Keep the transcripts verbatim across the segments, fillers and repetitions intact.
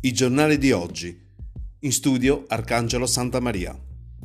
I giornali di oggi. In studio Arcangelo Santamaria.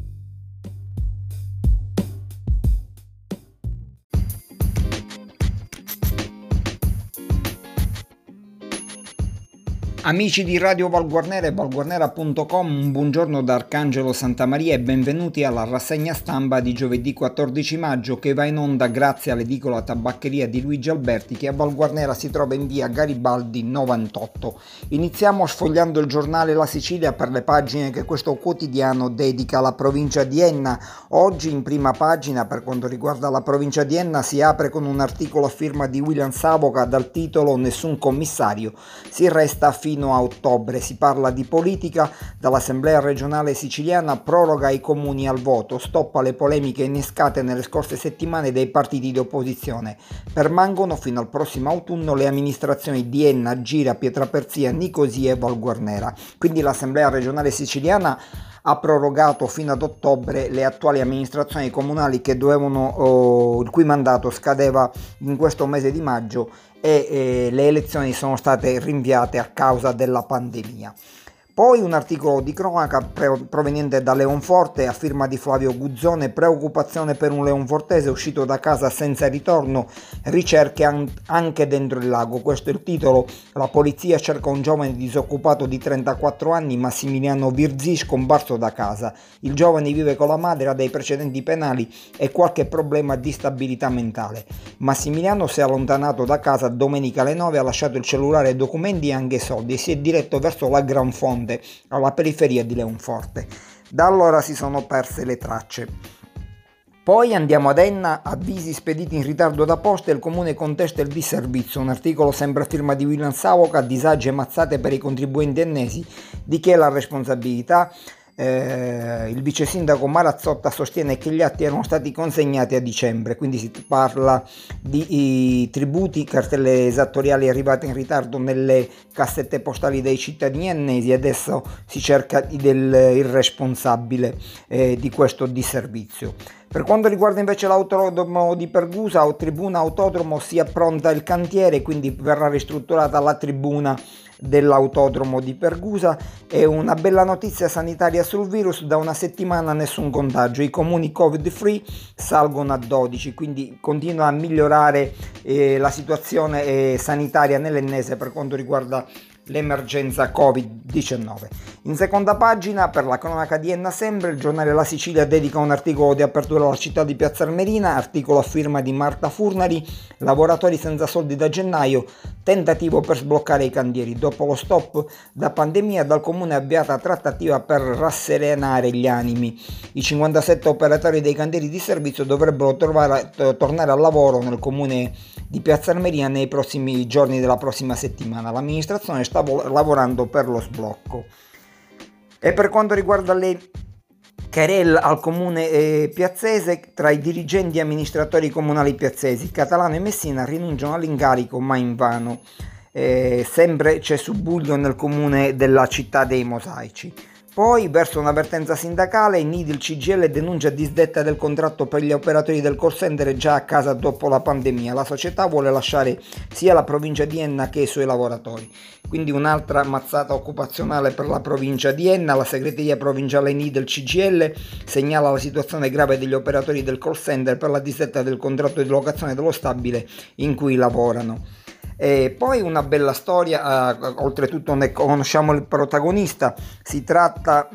Amici di Radio Valguarnera e valguarnera punto com, un buongiorno da Arcangelo Santamaria e benvenuti alla rassegna stampa di giovedì quattordici maggio che va in onda grazie all'edicola tabaccheria di Luigi Alberti che a Valguarnera si trova in via Garibaldi novantotto. Iniziamo sfogliando il giornale La Sicilia per le pagine che questo quotidiano dedica alla provincia di Enna. Oggi in prima pagina per quanto riguarda la provincia di Enna si apre con un articolo a firma di William Savoca dal titolo Nessun commissario, si resta fino a ottobre. Si parla di politica, dall'Assemblea regionale siciliana proroga i comuni al voto, stoppa le polemiche innescate nelle scorse settimane dai partiti di opposizione. Permangono fino al prossimo autunno le amministrazioni di Enna, Gira, Pietraperzia, Nicosia e Valguarnera. Quindi l'Assemblea regionale siciliana ha prorogato fino ad ottobre le attuali amministrazioni comunali che dovevano, oh, il cui mandato scadeva in questo mese di maggio e eh, le elezioni sono state rinviate a causa della pandemia. Poi un articolo di cronaca proveniente da Leonforte a firma di Flavio Guzzone, preoccupazione per un leonfortese uscito da casa senza ritorno, ricerche anche dentro il lago. Questo è il titolo. La polizia cerca un giovane disoccupato di trentaquattro anni, Massimiliano Virzì, scomparso da casa. Il giovane vive con la madre, ha dei precedenti penali e qualche problema di stabilità mentale. Massimiliano si è allontanato da casa domenica alle nove, ha lasciato il cellulare, documenti e anche soldi e si è diretto verso la Gran Fonte, alla periferia di Leonforte. Da allora si sono perse le tracce. Poi andiamo ad Enna, avvisi spediti in ritardo da posta e il comune contesta il disservizio. Un articolo sempre a firma di William Savoca, disagi e mazzate per i contribuenti ennesi, di chi è la responsabilità? Eh, il vice sindaco Marazzotta sostiene che gli atti erano stati consegnati a dicembre, quindi si parla di i, tributi, cartelle esattoriali arrivate in ritardo nelle cassette postali dei cittadini ennesi. Adesso si cerca del, il responsabile eh, di questo disservizio. Per quanto riguarda invece l'autodromo di Pergusa o tribuna autodromo, si appronta il cantiere, quindi verrà ristrutturata la tribuna dell'autodromo di Pergusa. E una bella notizia sanitaria sul virus: da una settimana nessun contagio, i comuni covid free salgono a dodici, quindi continua a migliorare eh, la situazione eh, sanitaria nell'Ennese per quanto riguarda l'emergenza covid diciannove. In seconda pagina, per la cronaca di Enna sempre, il giornale La Sicilia dedica un articolo di apertura alla città di Piazza Armerina, articolo a firma di Marta Furnari, lavoratori senza soldi da gennaio, tentativo per sbloccare i cantieri. Dopo lo stop da pandemia, dal comune è avviata trattativa per rasserenare gli animi. I cinquantasette operatori dei cantieri di servizio dovrebbero trovare, t- tornare al lavoro nel comune di Piazza Armerina nei prossimi giorni della prossima settimana. L'amministrazione sta vo- lavorando per lo sblocco. E per quanto riguarda le querelle al comune eh, piazzese, tra i dirigenti e amministratori comunali piazzesi, Catalano e Messina rinunciano all'incarico ma invano. Eh, sempre c'è subbuglio nel comune della città dei Mosaici. Poi, verso un'avvertenza sindacale, in Nidi il C G I L denuncia disdetta del contratto per gli operatori del call center già a casa dopo la pandemia. La società vuole lasciare sia la provincia di Enna che i suoi lavoratori. Quindi un'altra mazzata occupazionale per la provincia di Enna. La segreteria provinciale Nidi del C G I L segnala la situazione grave degli operatori del call center per la disdetta del contratto di locazione dello stabile in cui lavorano. E poi una bella storia, eh, oltretutto ne conosciamo il protagonista, si tratta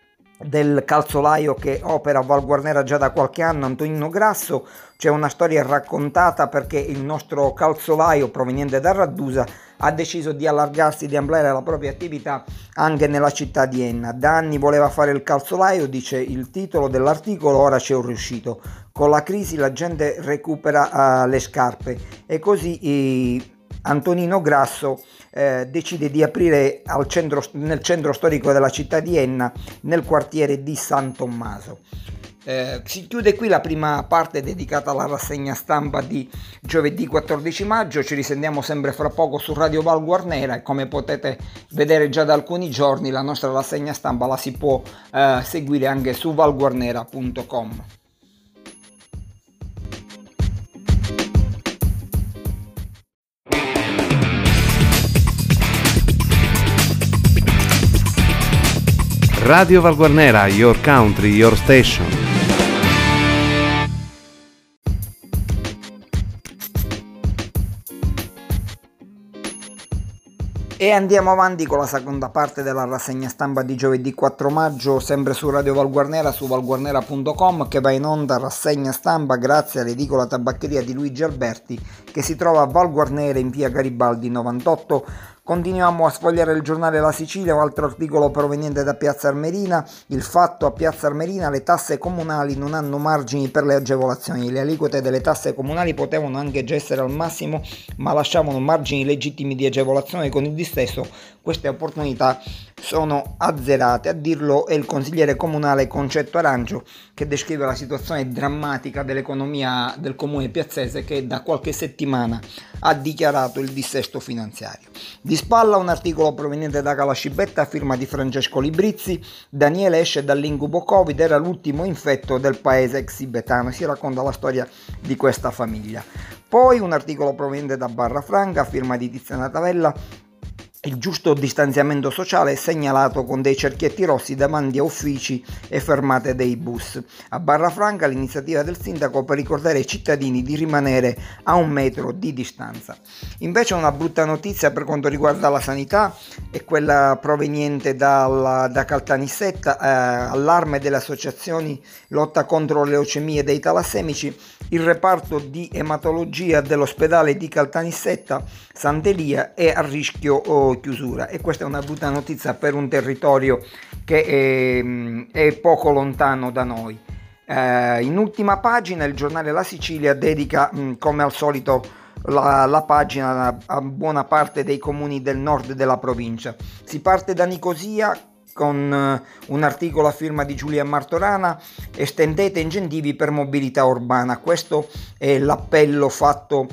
del calzolaio che opera a Valguarnera già da qualche anno, Antonino Grasso. C'è una storia raccontata perché il nostro calzolaio proveniente da Raddusa ha deciso di allargarsi, di ampliare la propria attività anche nella città di Enna. Da anni voleva fare il calzolaio, dice il titolo dell'articolo, ora c'è un riuscito. Con la crisi la gente recupera uh, le scarpe e così eh, Antonino Grasso eh, decide di aprire al centro, nel centro storico della città di Enna, nel quartiere di San Tommaso. Eh, si chiude qui la prima parte dedicata alla rassegna stampa di giovedì quattordici maggio. Ci risentiamo sempre fra poco su Radio Valguarnera e come potete vedere già da alcuni giorni la nostra rassegna stampa la si può eh, seguire anche su valguarnera punto com. Radio Valguarnera, your country, your station. E andiamo avanti con la seconda parte della rassegna stampa di giovedì quattro maggio, sempre su Radio Valguarnera, su valguarnera punto com, che va in onda rassegna stampa grazie all'edicola tabaccheria di Luigi Alberti, che si trova a Valguarnera in via Garibaldi novantotto. Continuiamo a sfogliare il giornale La Sicilia, un altro articolo proveniente da Piazza Armerina. Il fatto: a Piazza Armerina le tasse comunali non hanno margini per le agevolazioni. Le aliquote delle tasse comunali potevano anche già essere al massimo, ma lasciavano margini legittimi di agevolazione. Con il disteso queste opportunità sono azzerate. A dirlo è il consigliere comunale Concetto Arancio, che descrive la situazione drammatica dell'economia del comune piazzese, che da qualche settimana ha dichiarato il dissesto finanziario. Di spalla un articolo proveniente da Calascibetta a firma di Francesco Librizzi. Daniele esce dall'incubo Covid, era l'ultimo infetto del paese exibetano. Si racconta la storia di questa famiglia. Poi un articolo proveniente da Barra Franca a firma di Tiziana Tavella. Il giusto distanziamento sociale è segnalato con dei cerchietti rossi davanti a uffici e fermate dei bus. A Barra Franca l'iniziativa del sindaco per ricordare ai cittadini di rimanere a un metro di distanza. Invece una brutta notizia per quanto riguarda la sanità è quella proveniente dalla, da Caltanissetta, eh, allarme delle associazioni lotta contro le leucemie dei talassemici. Il reparto di ematologia dell'ospedale di Caltanissetta Sant'Elia è a rischio oh, chiusura, e questa è una brutta notizia per un territorio che è, è poco lontano da noi. Eh, in ultima pagina il giornale La Sicilia dedica mh, come al solito la, la pagina a buona parte dei comuni del nord della provincia. Si parte da Nicosia con uh, un articolo a firma di Giulia Martorana: estendete incentivi per mobilità urbana. Questo è l'appello fatto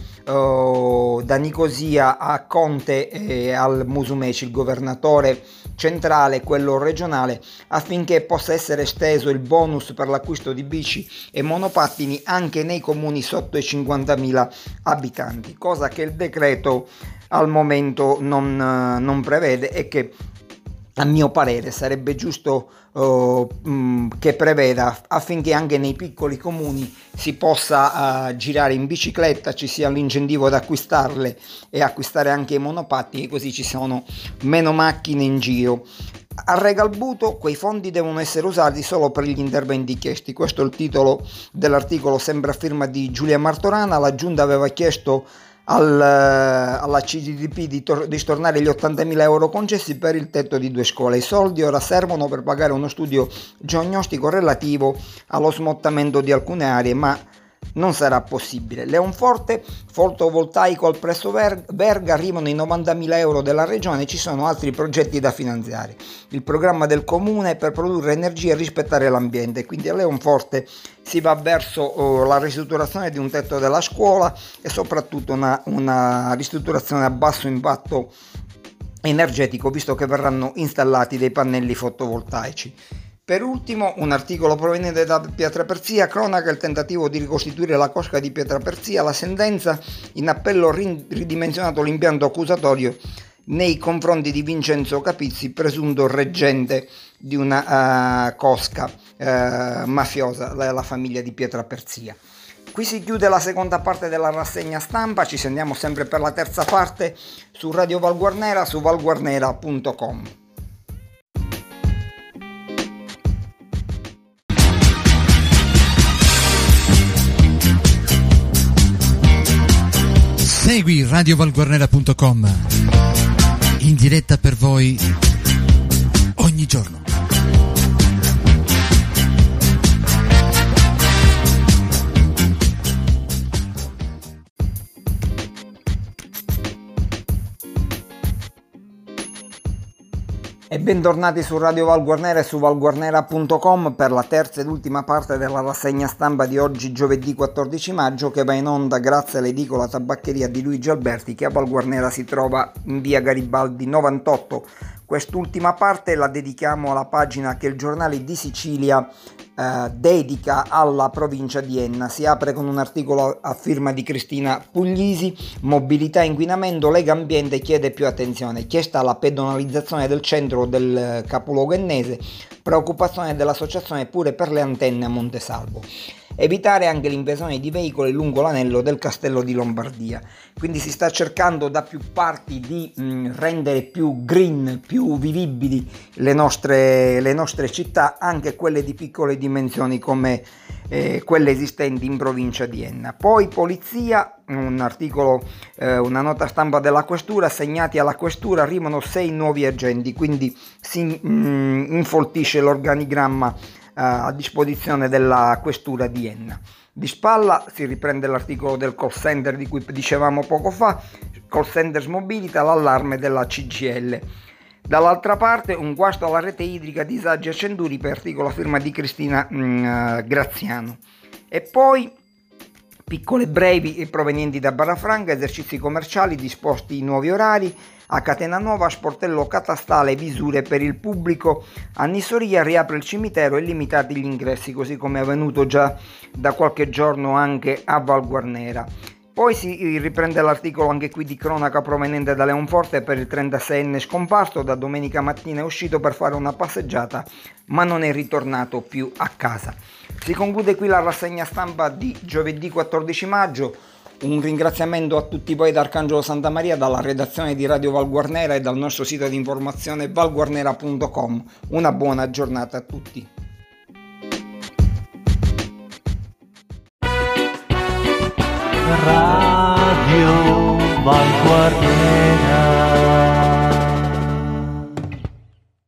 uh, da Nicosia a Conte e al Musumeci, il governatore centrale, quello regionale, affinché possa essere esteso il bonus per l'acquisto di bici e monopattini anche nei comuni sotto i cinquantamila abitanti, cosa che il decreto al momento non, uh, non prevede e che a mio parere sarebbe giusto uh, mh, che preveda, affinché anche nei piccoli comuni si possa uh, girare in bicicletta, ci sia l'incentivo ad acquistarle e acquistare anche i monopattini, così ci sono meno macchine in giro. A Regalbuto quei fondi devono essere usati solo per gli interventi chiesti. Questo è il titolo dell'articolo, sempre a firma di Giulia Martorana. La giunta aveva chiesto Al, alla C D D P di, tor- di stornare gli ottantamila euro concessi per il tetto di due scuole. I soldi ora servono per pagare uno studio geognostico relativo allo smottamento di alcune aree, ma non sarà possibile. Leonforte, fotovoltaico al Presso Verga, arrivano i novantamila euro della regione. Ci sono altri progetti da finanziare. Il programma del comune per produrre energia e rispettare l'ambiente. Quindi a Leonforte si va verso oh, la ristrutturazione di un tetto della scuola e soprattutto una, una ristrutturazione a basso impatto energetico, visto che verranno installati dei pannelli fotovoltaici. Per ultimo un articolo proveniente da Pietraperzia, cronaca il tentativo di ricostituire la cosca di Pietraperzia. La sentenza in appello ridimensionato l'impianto accusatorio nei confronti di Vincenzo Capizzi, presunto reggente di una uh, cosca uh, mafiosa, la, la famiglia di Pietraperzia. Qui si chiude la seconda parte della rassegna stampa, ci sentiamo sempre per la terza parte su Radio Valguarnera, su valguarnera punto com. Segui radio valguarnera punto com in diretta per voi ogni giorno. E bentornati su Radio Valguarnera e su valguarnera punto com per la terza ed ultima parte della rassegna stampa di oggi, giovedì quattordici maggio, che va in onda grazie all'edicola tabaccheria di Luigi Alberti, che a Valguarnera si trova in via Garibaldi novantotto. Quest'ultima parte la dedichiamo alla pagina che il Giornale di Sicilia eh, dedica alla provincia di Enna. Si apre con un articolo a firma di Cristina Puglisi: mobilità e inquinamento, Lega Ambiente chiede più attenzione, chiesta la pedonalizzazione del centro del capoluogo ennese, preoccupazione dell'associazione pure per le antenne a Montesalvo. Evitare anche l'invasione di veicoli lungo l'anello del Castello di Lombardia. Quindi si sta cercando da più parti di mh, rendere più green, più vivibili le nostre, le nostre città, anche quelle di piccole dimensioni come eh, quelle esistenti in provincia di Enna. Poi polizia, un articolo, eh, una nota stampa della questura: assegnati alla questura arrivano sei nuovi agenti, quindi si mh, infoltisce l'organigramma a disposizione della questura di Enna. Di spalla si riprende l'articolo del call center di cui dicevamo poco fa, call center smobilita, l'allarme della C G I L. Dall'altra parte un guasto alla rete idrica, disagi a Cenduri, per articolo a firma di Cristina mh, Graziano. E poi piccole brevi provenienti da Barrafranca, esercizi commerciali, disposti nuovi orari. A Catena Nuova, sportello catastale, misure per il pubblico. A Nissoria riapre il cimitero e limitati gli ingressi, così come è avvenuto già da qualche giorno anche a Val Guarnera. Poi si riprende l'articolo anche qui di cronaca proveniente da Leonforte per il trentaseienne scomparso. Da domenica mattina è uscito per fare una passeggiata, ma non è ritornato più a casa. Si conclude qui la rassegna stampa di giovedì quattordici maggio. Un ringraziamento a tutti voi da Arcangelo Santamaria, dalla redazione di Radio Val Guarnera e dal nostro sito di informazione val guarnera punto com. Una buona giornata a tutti. Radio Val Guarnera.